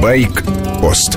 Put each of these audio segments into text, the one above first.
Байк-пост.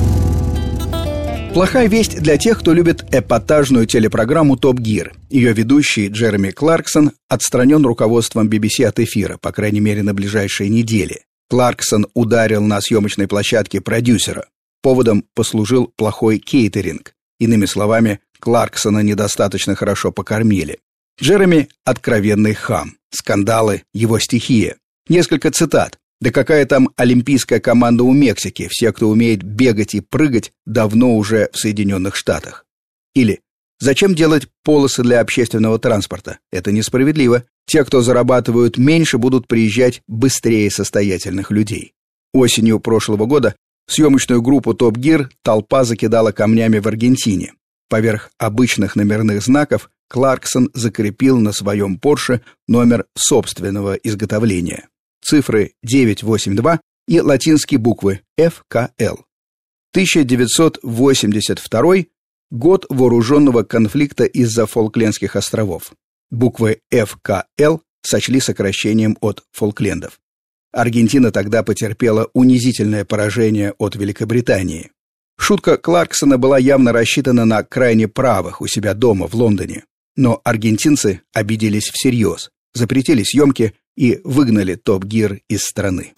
Плохая весть для тех, кто любит эпатажную телепрограмму «Топ Гир». Ее ведущий Джереми Кларксон отстранен руководством BBC от эфира, по крайней мере, на ближайшие недели. Кларксон ударил на съемочной площадке продюсера. Поводом послужил плохой кейтеринг. Иными словами, Кларксона недостаточно хорошо покормили. Джереми – откровенный хам. Скандалы – его стихия. Несколько цитат. «Да какая там олимпийская команда у Мексики? Все, кто умеет бегать и прыгать, давно уже в Соединенных Штатах». Или «Зачем делать полосы для общественного транспорта? Это несправедливо. Те, кто зарабатывают меньше, будут приезжать быстрее состоятельных людей». Осенью прошлого года съемочную группу «Топ Гир» толпа закидала камнями в Аргентине. Поверх обычных номерных знаков Кларксон закрепил на своем Порше номер собственного изготовления. Цифры 982 и латинские буквы ФКЛ. 1982 год вооруженного конфликта из-за Фолклендских островов. Буквы ФКЛ сочли сокращением от Фолклендов. Аргентина тогда потерпела унизительное поражение от Великобритании. Шутка Кларксона была явно рассчитана на крайне правых у себя дома в Лондоне. Но аргентинцы обиделись всерьез, запретили съемки и выгнали Топ Гир из страны.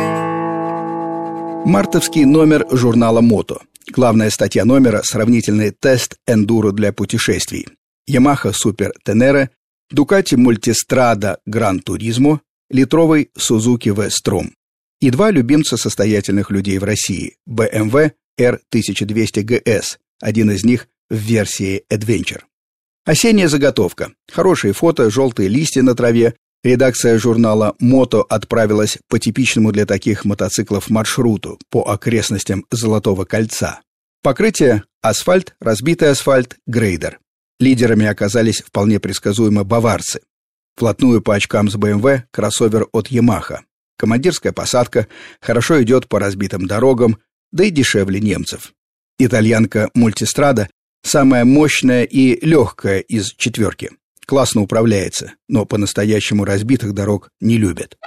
Мартовский номер журнала «Мото». Главная статья номера – сравнительный тест эндуро для путешествий. Yamaha Super Tenere, Ducati Multistrada Gran Turismo, литровый Suzuki V-Strom. И два любимца состоятельных людей в России – BMW R1200 GS, один из них в версии Adventure. Осенняя заготовка. Хорошие фото, желтые листья на траве. Редакция журнала «Мото» отправилась по типичному для таких мотоциклов маршруту по окрестностям Золотого кольца. Покрытие – асфальт, разбитый асфальт, грейдер. Лидерами оказались вполне предсказуемо баварцы. Вплотную по очкам с BMW кроссовер от Yamaha. Командирская посадка, хорошо идет по разбитым дорогам, да и дешевле немцев. Итальянка Multistrada самая мощная и легкая из четверки. Классно управляется, но по-настоящему разбитых дорог не любят.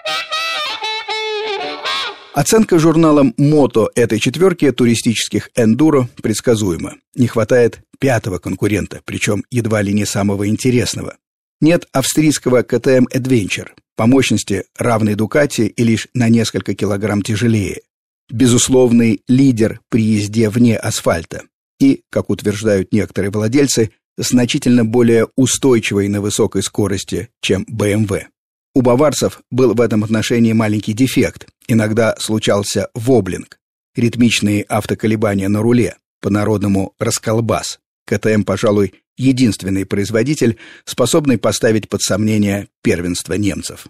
Оценка журналом «Мото» этой четверки туристических эндуро предсказуема. Не хватает пятого конкурента, причем едва ли не самого интересного. Нет австрийского KTM Adventure, по мощности равный Ducati и лишь на несколько килограмм тяжелее. Безусловный лидер при езде вне асфальта. И, как утверждают некоторые владельцы, значительно более устойчивый на высокой скорости, чем BMW. У баварцев был в этом отношении маленький дефект. Иногда случался воблинг, ритмичные автоколебания на руле, по-народному расколбас. КТМ, пожалуй, единственный производитель, способный поставить под сомнение первенство немцев.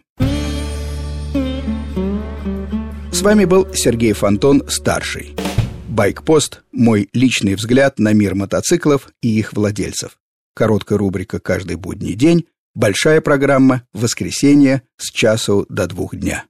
С вами был Сергей Фонтон, старший. Байк-пост – мой личный взгляд на мир мотоциклов и их владельцев. Короткая рубрика каждый будний день, большая программа в воскресенье с 1 до 2 дня.